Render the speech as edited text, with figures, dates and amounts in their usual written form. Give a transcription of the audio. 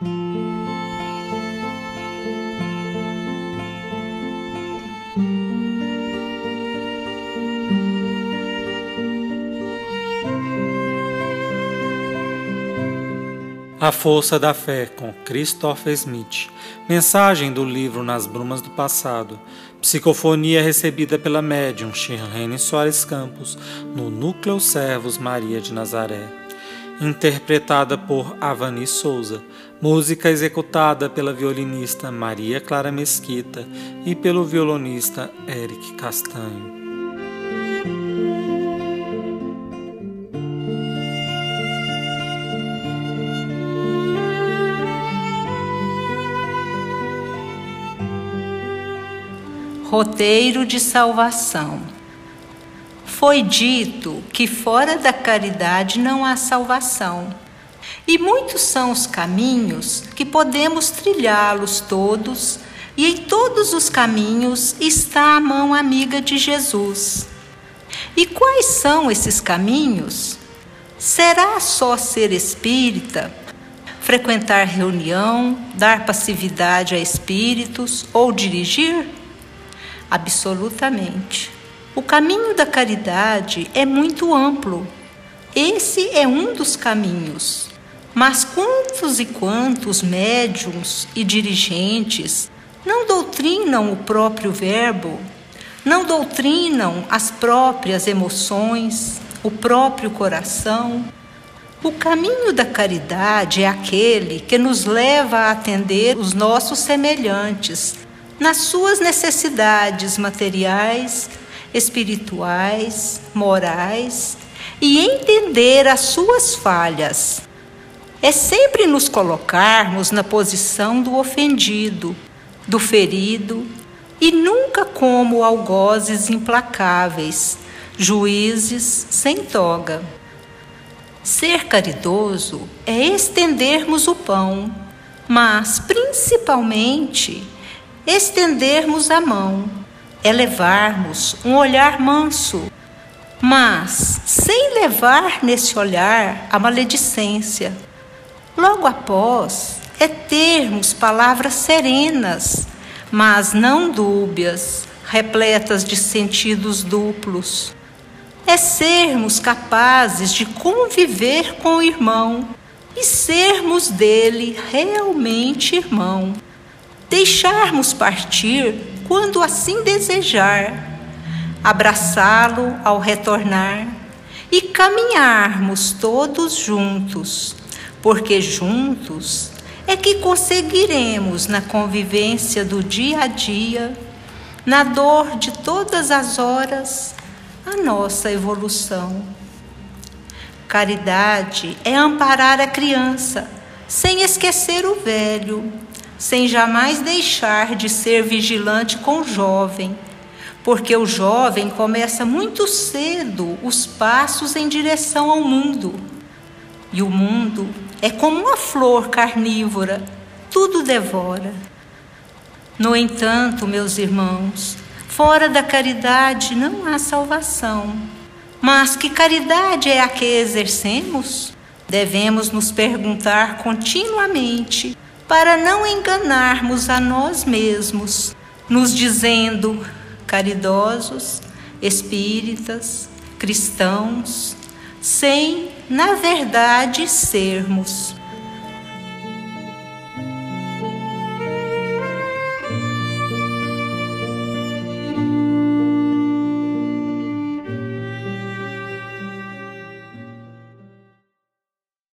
A Força da Fé, com Christopher Smith. Mensagem do livro Nas Brumas do Passado. Psicofonia recebida pela médium Shirlene Soares Campos no Núcleo Servos Maria de Nazaré. Interpretada por Avani Souza. Música executada pela violinista Maria Clara Mesquita e pelo violonista Eric Castanho. Roteiro de salvação. Foi dito que fora da caridade não há salvação, e muitos são os caminhos que podemos trilhá-los todos, e em todos os caminhos está a mão amiga de Jesus. E quais são esses caminhos? Será só ser espírita, frequentar reunião, dar passividade a espíritos ou dirigir? Absolutamente. O caminho da caridade é muito amplo. Esse é um dos caminhos. Mas quantos e quantos médiuns e dirigentes não doutrinam o próprio verbo, não doutrinam as próprias emoções, o próprio coração? O caminho da caridade é aquele que nos leva a atender os nossos semelhantes nas suas necessidades materiais, espirituais, morais e entender as suas falhas. É sempre nos colocarmos na posição do ofendido, do ferido e nunca como algozes implacáveis, juízes sem toga. Ser caridoso é estendermos o pão, mas principalmente estendermos a mão, é levarmos um olhar manso, mas sem levar nesse olhar a maledicência. Logo após, é termos palavras serenas, mas não dúbias, repletas de sentidos duplos. É sermos capazes de conviver com o irmão e sermos dele realmente irmão. Deixarmos partir quando assim desejar, abraçá-lo ao retornar e caminharmos todos juntos, porque juntos é que conseguiremos na convivência do dia a dia, na dor de todas as horas, a nossa evolução. Caridade é amparar a criança, sem esquecer o velho, sem jamais deixar de ser vigilante com o jovem, porque o jovem começa muito cedo os passos em direção ao mundo. E o mundo é como uma flor carnívora, tudo devora. No entanto, meus irmãos, fora da caridade não há salvação. Mas que caridade é a que exercemos? Devemos nos perguntar continuamente, para não enganarmos a nós mesmos, nos dizendo caridosos, espíritas, cristãos, sem, na verdade, sermos.